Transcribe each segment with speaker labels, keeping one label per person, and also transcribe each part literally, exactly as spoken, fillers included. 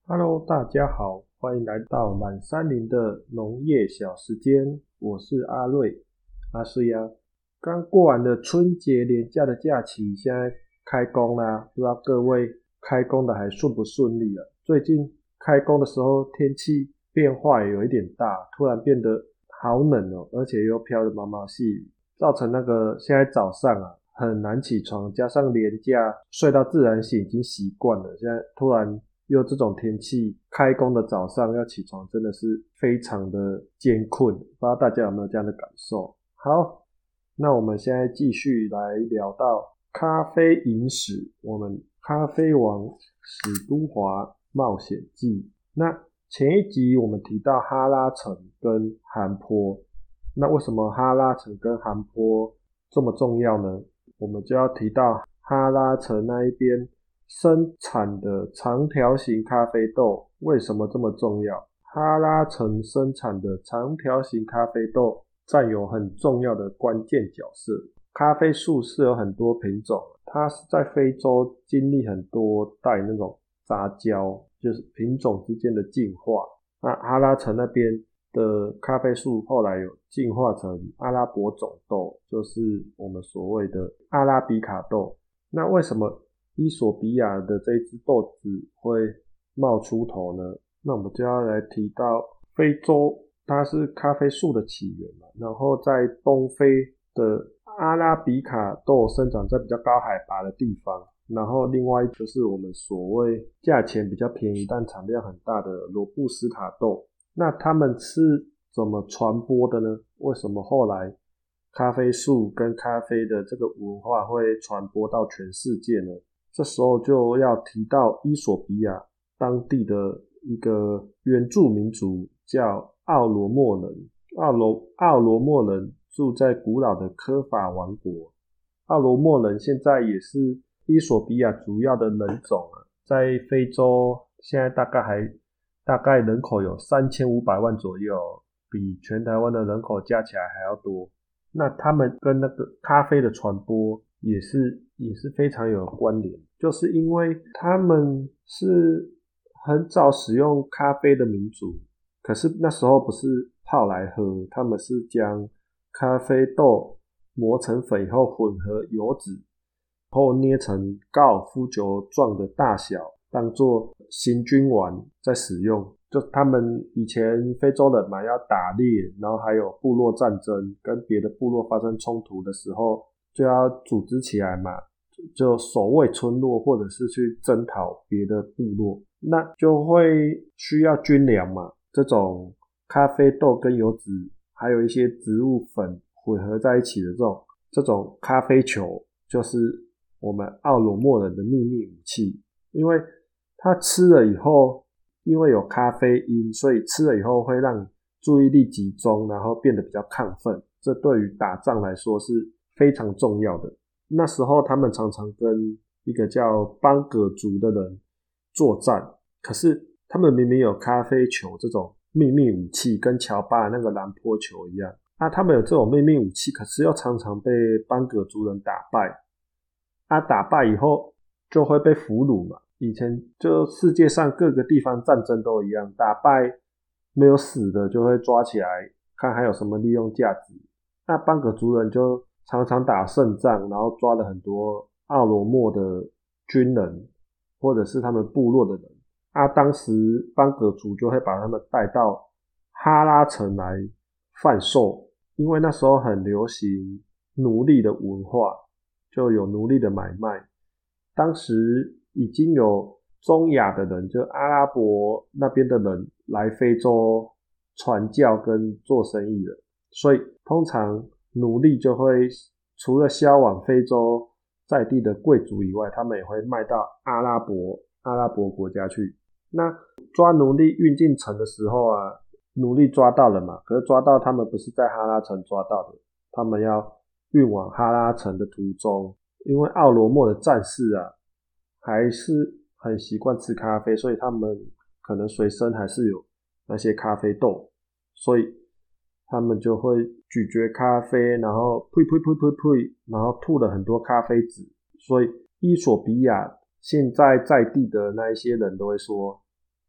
Speaker 1: Hello，大家好，欢迎来到懒山林的农业小时间，我是阿瑞，阿瑞啊。刚过完的春节连假的假期，现在开工啦，不知道各位开工的还顺不顺利啊？最近开工的时候天气变化也有一点大，突然变得好冷哦，而且又飘着毛毛细雨，造成那个现在早上啊很难起床，加上连假睡到自然醒已经习惯了，现在突然又这种天气，开工的早上要起床真的是非常的艰困，不知道大家有没有这样的感受？好，那我们现在继续来聊到咖啡饮史，我们咖啡王史都华冒险记。那前一集我们提到哈拉城跟韩坡，那为什么哈拉城跟韩坡这么重要呢？我们就要提到哈拉城那一边生产的长条形咖啡豆为什么这么重要？哈拉城生产的长条形咖啡豆占有很重要的关键角色。咖啡树是有很多品种，它是在非洲经历很多代那种杂交，就是品种之间的进化。那哈拉城那边的咖啡树后来有进化成阿拉伯种豆，就是我们所谓的阿拉比卡豆。那为什么伊索比亚的这一只豆子会冒出头呢？那我们就要来提到非洲，它是咖啡树的起源嘛，然后在东非的阿拉比卡豆生长在比较高海拔的地方，然后另外就是我们所谓价钱比较便宜但产量很大的罗布斯塔豆。那他们是怎么传播的呢？为什么后来咖啡树跟咖啡的这个文化会传播到全世界呢？这时候就要提到伊索比亚当地的一个原住民族叫奥罗莫人。奥罗奥罗莫人住在古老的科法王国。奥罗莫人现在也是伊索比亚主要的人种啊，在非洲现在大概还大概人口有三千五百万左右，比全台湾的人口加起来还要多。那他们跟那个咖啡的传播也是也是非常有关联，就是因为他们是很早使用咖啡的民族，可是那时候不是泡来喝，他们是将咖啡豆磨成粉以后混合油脂，然后捏成高尔夫球状的大小，当作行军丸在使用。就他们以前非洲人嘛要打猎，然后还有部落战争，跟别的部落发生冲突的时候，就要组织起来嘛，就守卫村落或者是去征讨别的部落，那就会需要军粮嘛。这种咖啡豆跟油脂还有一些植物粉混合在一起的这种这种咖啡球，就是我们奥罗莫人的秘密武器。因为它吃了以后，因为有咖啡因，所以吃了以后会让你注意力集中，然后变得比较亢奋，这对于打仗来说是非常重要的。那时候他们常常跟一个叫邦葛族的人作战，可是他们明明有咖啡球这种秘密武器，跟乔巴的那个兰坡球一样，那他们有这种秘密武器，可是又常常被邦葛族人打败，啊打败以后就会被俘虏嘛。以前就世界上各个地方战争都一样，打败没有死的就会抓起来，看还有什么利用价值。那邦葛族人就常常打胜仗，然后抓了很多奥罗莫的军人或者是他们部落的人啊，当时邦葛族就会把他们带到哈拉城来贩售，因为那时候很流行奴隶的文化，就有奴隶的买卖。当时已经有中亚的人，就阿拉伯那边的人来非洲传教跟做生意了，所以通常奴隶就会除了销往非洲在地的贵族以外，他们也会卖到阿拉伯阿拉伯国家去。那抓奴隶运进城的时候啊，奴隶抓到了嘛，可是抓到他们不是在哈拉城抓到的，他们要运往哈拉城的途中，因为奥罗莫的战士啊还是很习惯吃咖啡，所以他们可能随身还是有那些咖啡豆，所以他们就会咀嚼咖啡，然后呸呸呸呸呸，然后吐了很多咖啡籽。所以伊索比亚现在在地的那一些人都会说，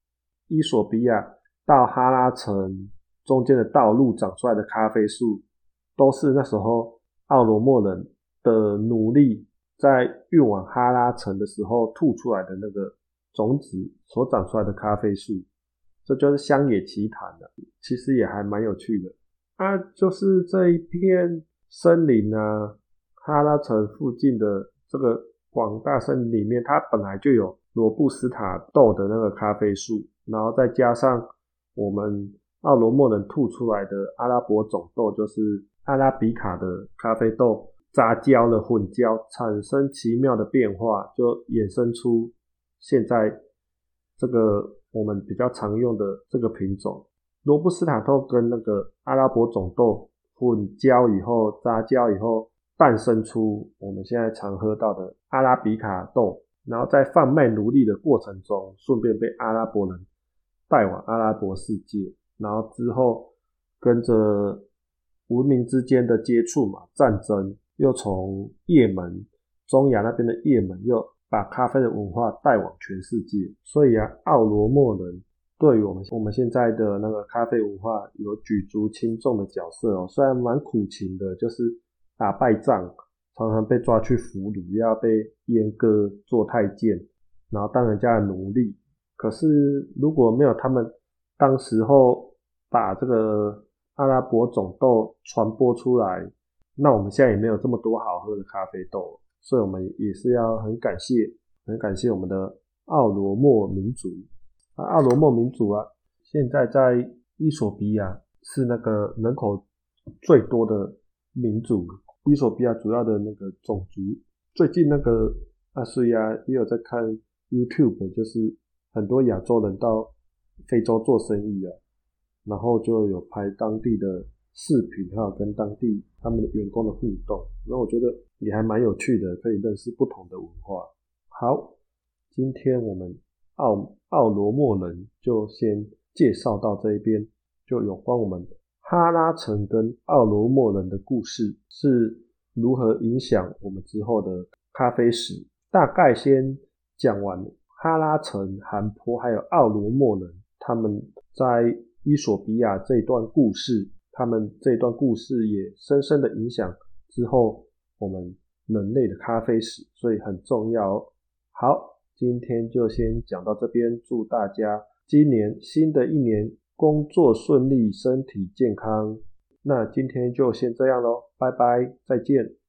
Speaker 1: 伊索比亚到哈拉城中间的道路长出来的咖啡树，都是那时候奥罗莫人的奴隶在运往哈拉城的时候吐出来的那个种子所长出来的咖啡树。这就是乡野奇谈了，其实也还蛮有趣的啊。就是这一片森林啊，哈拉城附近的这个广大森林里面，它本来就有罗布斯塔豆的那个咖啡树，然后再加上我们奥罗莫人吐出来的阿拉伯种豆，就是阿拉比卡的咖啡豆杂交了混交，产生奇妙的变化，就衍生出现在这个我们比较常用的这个品种。罗布斯塔豆跟那个阿拉伯种豆混交以后，杂交以后，诞生出我们现在常喝到的阿拉比卡豆，然后在贩卖奴隶的过程中，顺便被阿拉伯人带往阿拉伯世界，然后之后跟着文明之间的接触嘛，战争又从也门中亚那边的也门又把咖啡的文化带往全世界，所以啊，奥罗莫人对于我们我们现在的那个咖啡文化有举足轻重的角色哦。虽然蛮苦情的，就是打败仗，常常被抓去俘虏，要被阉割做太监，然后当人家的奴隶。可是如果没有他们当时候把这个阿拉伯种豆传播出来，那我们现在也没有这么多好喝的咖啡豆。所以我们也是要很感谢很感谢我们的奥罗莫民族啊。奥罗莫民族啊，现在在伊索比亚是那个人口最多的民族，伊索比亚主要的那个种族。最近那个阿瑞亚也有在看 YouTube， 就是很多亚洲人到非洲做生意啊，然后就有拍当地的视频，还有跟当地他们的员工的互动，然后我觉得也还蛮有趣的，可以认识不同的文化。好，今天我们奥奥罗莫人就先介绍到这一边，就有关我们哈拉城跟奥罗莫人的故事是如何影响我们之后的咖啡史。大概先讲完哈拉城、韩坡还有奥罗莫人他们在伊索比亚这一段故事，他们这一段故事也深深的影响之后我们人类的咖啡史，所以很重要哦。好，今天就先讲到这边，祝大家今年新的一年工作顺利，身体健康。那今天就先这样咯，拜拜，再见。